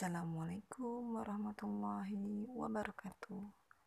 Assalamualaikum warahmatullahi wabarakatuh.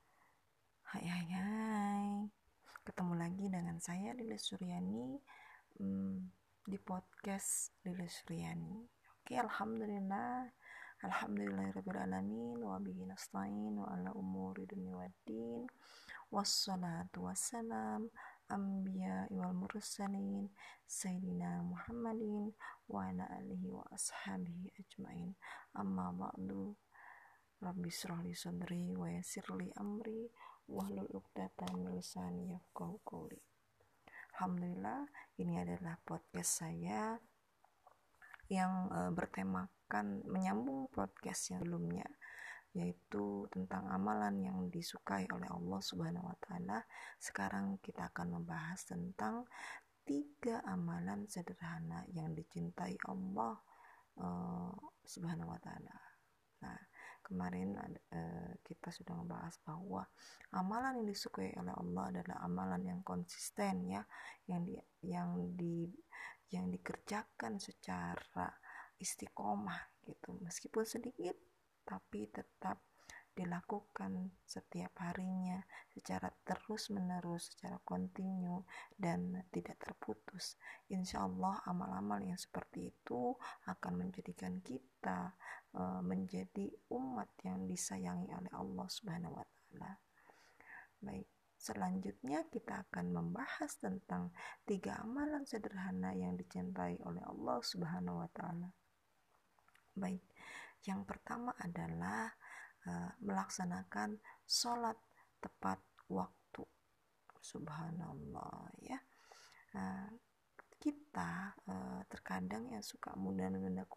Hai. Ketemu lagi dengan saya Lili Suryani di podcast Lili Suryani. Oke, Alhamdulillahirabbil alamin wa bihi nasta'in wa ala umuri dunya waddin. Wassalatu wassalam anbiya wal mursalin sayyidina Muhammadin wa ala alihi wa ashabihi ajmain. Amma ba'du. Rabbi shrah li sadri wa yassir li amri wahlul 'uqdatam min lisani yafqahu qawli. Alhamdulillah, ini adalah podcast saya yang bertemakan menyambung podcast yang sebelumnya, yaitu tentang amalan yang disukai oleh Allah Subhanahu wa taala. Sekarang kita akan membahas tentang 3 amalan sederhana yang dicintai Allah Subhanahu wa taala. Nah, kemarin kita sudah membahas bahwa amalan yang disukai oleh Allah adalah amalan yang konsisten, ya, yang dikerjakan secara istiqomah gitu, meskipun sedikit tapi tetap dilakukan setiap harinya secara terus-menerus, secara kontinu dan tidak terputus. Insya Allah amal-amal yang seperti itu akan menjadikan kita menjadi umat yang disayangi oleh Allah Subhanahu wa taala. Baik, selanjutnya kita akan membahas tentang 3 amalan sederhana yang dicintai oleh Allah Subhanahu wa taala. Baik, yang pertama adalah melaksanakan sholat tepat waktu. Subhanallah, ya. Kita terkadang yang suka menunda-nunda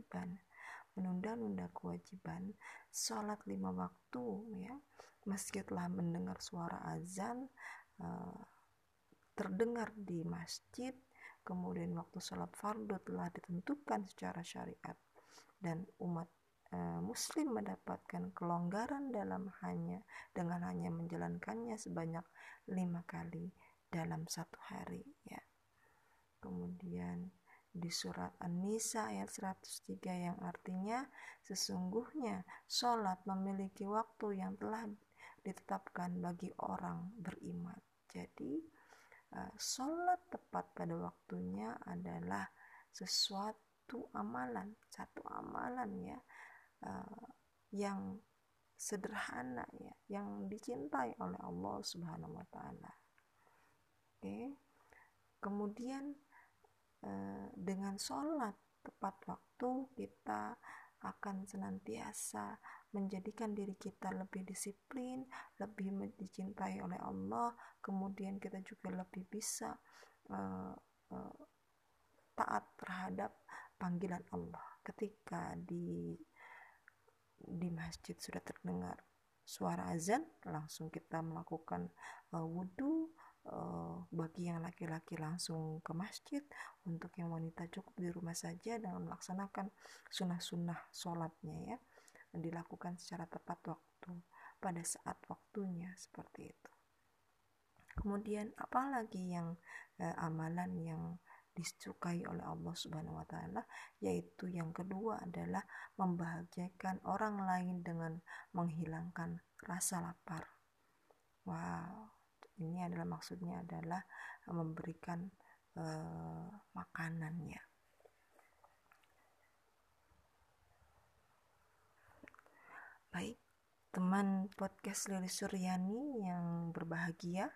kewajiban sholat 5 waktu, ya, meski telah mendengar suara azan terdengar di masjid, kemudian waktu sholat fardu telah ditentukan secara syariat dan umat muslim mendapatkan kelonggaran dengan hanya menjalankannya sebanyak 5 kali dalam satu hari, ya. Kemudian di surat An-Nisa ayat 103 yang artinya sesungguhnya sholat memiliki waktu yang telah ditetapkan bagi orang beriman. Jadi sholat tepat pada waktunya adalah satu amalan, ya, yang sederhana, ya, yang dicintai oleh Allah Subhanahu wa taala. Oke. Kemudian dengan sholat tepat waktu kita akan senantiasa menjadikan diri kita lebih disiplin, lebih dicintai oleh Allah. Kemudian kita juga lebih bisa taat terhadap panggilan Allah. Ketika di masjid sudah terdengar suara azan, langsung kita melakukan wudhu. Bagi yang laki-laki langsung ke masjid, untuk yang wanita cukup di rumah saja dengan melaksanakan sunnah-sunnah sholatnya, ya, dilakukan secara tepat waktu pada saat waktunya, seperti itu. Kemudian apalagi yang amalan yang disukai oleh Allah Subhanahu wa taala, yaitu yang kedua adalah membahagiakan orang lain dengan menghilangkan rasa lapar. Wow, ini adalah maksudnya adalah memberikan makanannya. Baik, teman podcast Lili Suryani yang berbahagia,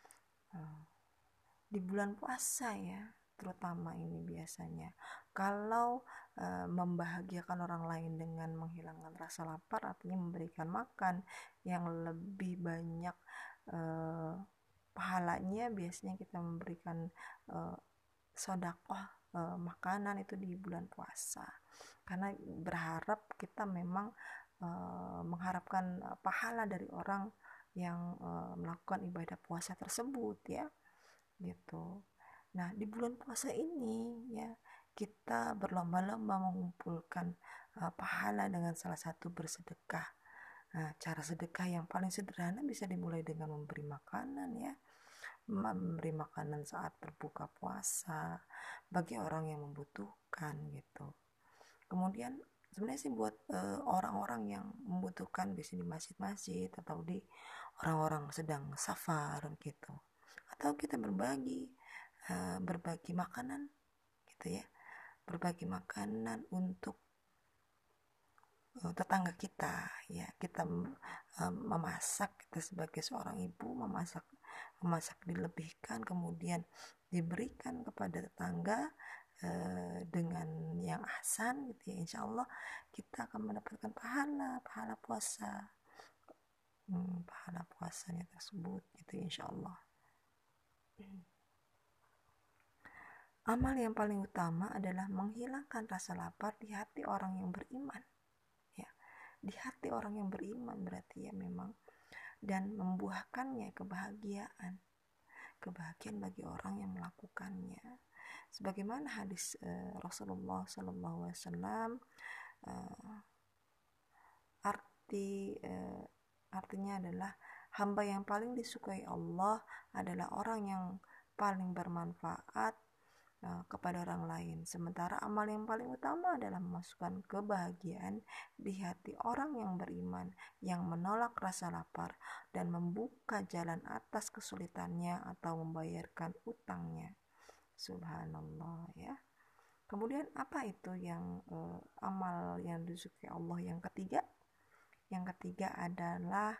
di bulan puasa, ya, terutama ini biasanya kalau membahagiakan orang lain dengan menghilangkan rasa lapar artinya memberikan makan yang lebih banyak pahalanya. Biasanya kita memberikan sedekah makanan itu di bulan puasa, karena berharap kita memang mengharapkan pahala dari orang yang melakukan ibadah puasa tersebut, ya, gitu. Nah, di bulan puasa ini, ya, kita berlomba-lomba mengumpulkan pahala dengan salah satu bersedekah. Nah, cara sedekah yang paling sederhana bisa dimulai dengan memberi makanan, ya, memberi makanan saat berbuka puasa bagi orang yang membutuhkan, gitu. Kemudian sebenarnya sih buat orang-orang yang membutuhkan, biasanya di masjid-masjid atau di orang-orang sedang safar gitu, atau kita berbagi makanan gitu ya, berbagi makanan untuk tetangga kita ya. Kita memasak, kita sebagai seorang ibu memasak dilebihkan, kemudian diberikan kepada tetangga dengan yang ahsan gitu ya, insya Allah kita akan mendapatkan pahala puasa, pahala puasanya tersebut gitu ya, insya Allah. Amal yang paling utama adalah menghilangkan rasa lapar di hati orang yang beriman ya, di hati orang yang beriman berarti ya memang, dan membuahkannya kebahagiaan bagi orang yang melakukannya, sebagaimana hadis Rasulullah SAW. Artinya adalah hamba yang paling disukai Allah adalah orang yang paling bermanfaat kepada orang lain, sementara amal yang paling utama adalah memasukkan kebahagiaan di hati orang yang beriman, yang menolak rasa lapar dan membuka jalan atas kesulitannya atau membayarkan utangnya. Subhanallah ya. Kemudian apa itu yang amal yang disukai Allah yang ketiga? Yang ketiga adalah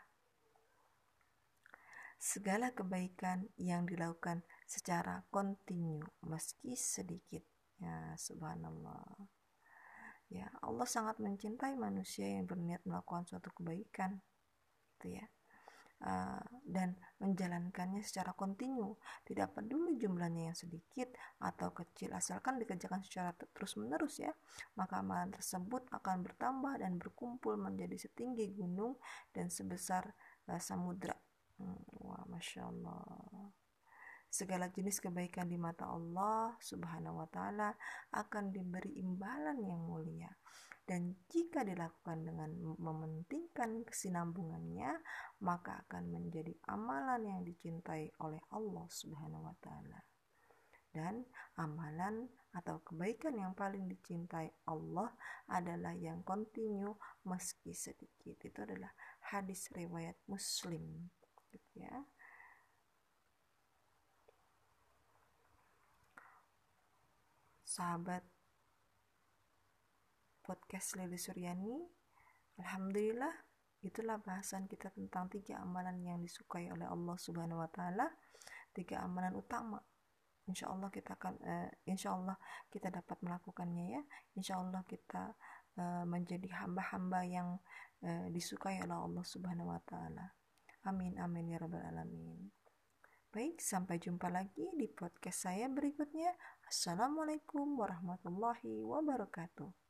segala kebaikan yang dilakukan secara kontinu meski sedikit. Ya, subhanallah. Ya, Allah sangat mencintai manusia yang berniat melakukan suatu kebaikan. Gitu ya. Dan menjalankannya secara kontinu, tidak peduli jumlahnya yang sedikit atau kecil, asalkan dikerjakan secara terus-menerus ya, maka amalan tersebut akan bertambah dan berkumpul menjadi setinggi gunung dan sebesar samudra. Wah, masya Allah. Segala jenis kebaikan di mata Allah Subhanahu wa Ta'ala akan diberi imbalan yang mulia, dan jika dilakukan dengan mementingkan kesinambungannya, maka akan menjadi amalan yang dicintai oleh Allah Subhanahu wa Ta'ala. Dan amalan atau kebaikan yang paling dicintai Allah adalah yang kontinu meski sedikit. Itu adalah hadis riwayat Muslim gitu ya. Sahabat podcast Lili Suryani, alhamdulillah itulah bahasan kita tentang 3 amalan yang disukai oleh Allah Subhanahu wa Ta'ala, 3 amalan utama. Insya Allah kita dapat melakukannya ya. Insya Allah kita menjadi hamba-hamba yang disukai oleh Allah Subhanahu wa Ta'ala. Amin amin ya rabbal alamin. Baik, sampai jumpa lagi di podcast saya berikutnya. Assalamualaikum warahmatullahi wabarakatuh.